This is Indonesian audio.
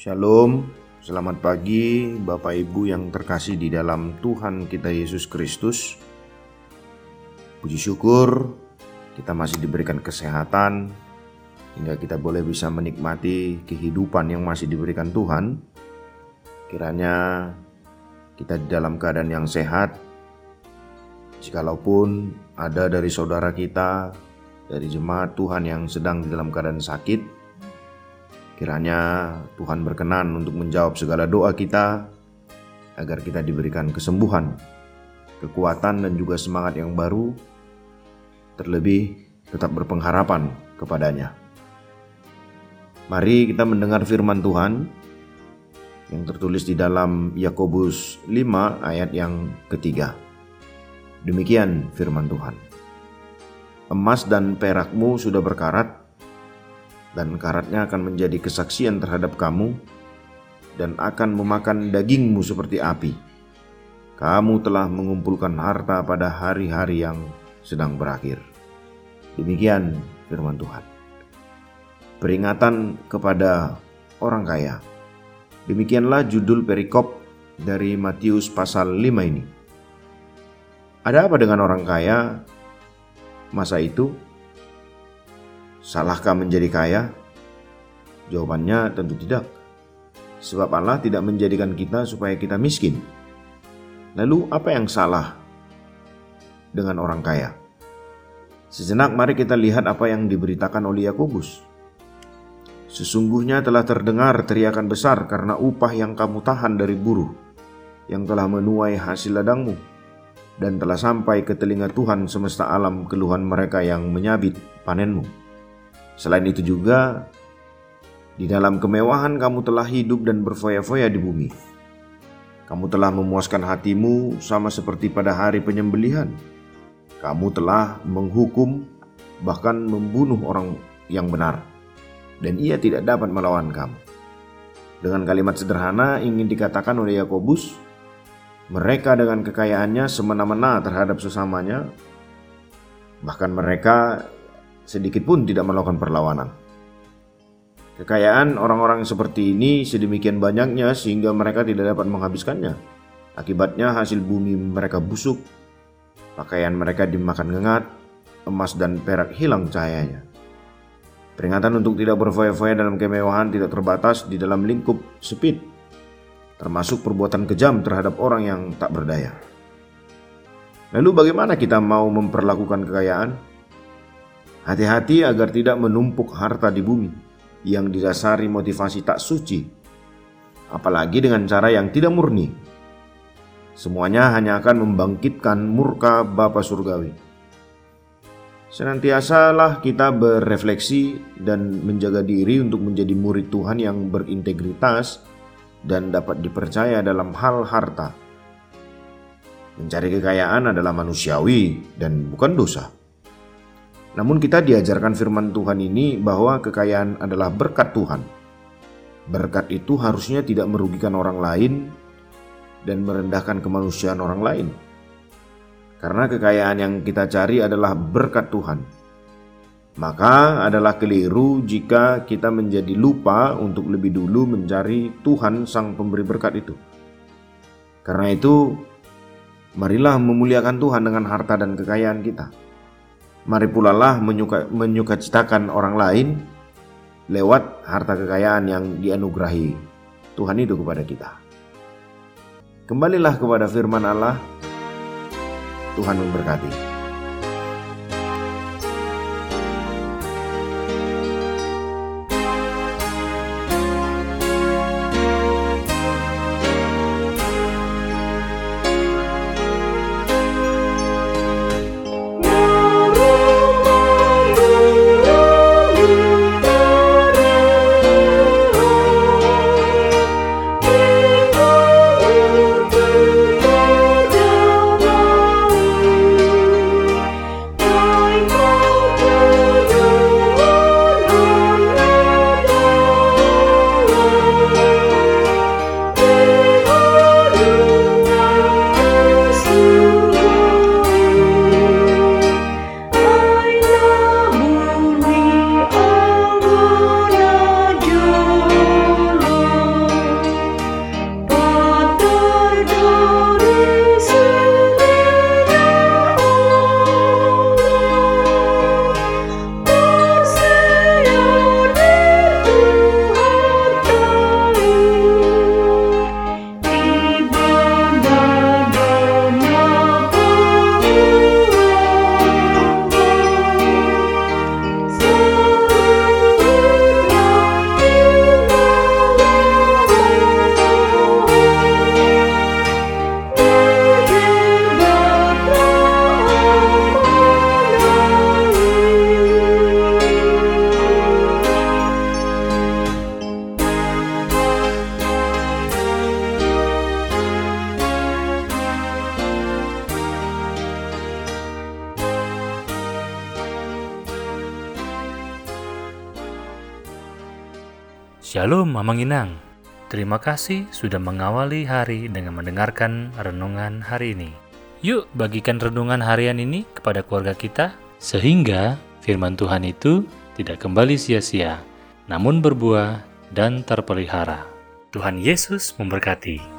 Shalom, selamat pagi Bapak Ibu yang terkasih di dalam Tuhan kita Yesus Kristus. Puji syukur kita masih diberikan kesehatan hingga kita boleh bisa menikmati kehidupan yang masih diberikan Tuhan. Kiranya kita di dalam keadaan yang sehat. Jikalaupun ada dari saudara kita, dari jemaat Tuhan yang sedang di dalam keadaan sakit, kiranya Tuhan berkenan untuk menjawab segala doa kita agar kita diberikan kesembuhan, kekuatan dan juga semangat yang baru, terlebih tetap berpengharapan kepadanya. Mari kita mendengar firman Tuhan yang tertulis di dalam Yakobus 5 ayat yang ketiga. Demikian firman Tuhan. Emas dan perakmu sudah berkarat, dan karatnya akan menjadi kesaksian terhadap kamu dan akan memakan dagingmu seperti api. Kamu telah mengumpulkan harta pada hari-hari yang sedang berakhir. Demikian firman Tuhan. Peringatan kepada orang kaya. Demikianlah judul perikop dari Matius pasal 5 ini. Ada apa dengan orang kaya masa itu? Salahkah menjadi kaya? Jawabannya tentu tidak. Sebab Allah tidak menjadikan kita supaya kita miskin. Lalu apa yang salah dengan orang kaya? Sejenak mari kita lihat apa yang diberitakan oleh Yakobus. Sesungguhnya telah terdengar teriakan besar karena upah yang kamu tahan dari buruh yang telah menuai hasil ladangmu, dan telah sampai ke telinga Tuhan semesta alam keluhan mereka yang menyabit panenmu. Selain itu juga, di dalam kemewahan kamu telah hidup dan berfoya-foya di bumi. Kamu telah memuaskan hatimu sama seperti pada hari penyembelihan. Kamu telah menghukum, bahkan membunuh orang yang benar, dan ia tidak dapat melawan kamu. Dengan kalimat sederhana ingin dikatakan oleh Yakobus, mereka dengan kekayaannya semena-mena terhadap sesamanya, bahkan mereka sedikit pun tidak melakukan perlawanan. Kekayaan orang-orang seperti ini sedemikian banyaknya sehingga mereka tidak dapat menghabiskannya. Akibatnya hasil bumi mereka busuk, pakaian mereka dimakan ngengat, emas dan perak hilang cahayanya. Peringatan untuk tidak berfoya-foya dalam kemewahan tidak terbatas di dalam lingkup sempit, termasuk perbuatan kejam terhadap orang yang tak berdaya. Lalu bagaimana kita mau memperlakukan kekayaan? Hati-hati agar tidak menumpuk harta di bumi yang didasari motivasi tak suci, apalagi dengan cara yang tidak murni. Semuanya hanya akan membangkitkan murka Bapa Surgawi. Senantiasalah kita berefleksi dan menjaga diri untuk menjadi murid Tuhan yang berintegritas dan dapat dipercaya dalam hal harta. Mencari kekayaan adalah manusiawi dan bukan dosa. Namun kita diajarkan firman Tuhan ini bahwa kekayaan adalah berkat Tuhan. Berkat itu harusnya tidak merugikan orang lain dan merendahkan kemanusiaan orang lain. Karena kekayaan yang kita cari adalah berkat Tuhan. Maka adalah keliru jika kita menjadi lupa untuk lebih dulu mencari Tuhan sang pemberi berkat itu. Karena itu, marilah memuliakan Tuhan dengan harta dan kekayaan kita. Mari pula lah menyukacitakan orang lain lewat harta kekayaan yang dianugerahi Tuhan itu kepada kita. Kembalilah kepada firman Allah. Tuhan memberkati. Shalom Mamang Inang. Terima kasih sudah mengawali hari dengan mendengarkan renungan hari ini. Yuk bagikan renungan harian ini kepada keluarga kita, sehingga firman Tuhan itu tidak kembali sia-sia, namun berbuah dan terpelihara. Tuhan Yesus memberkati.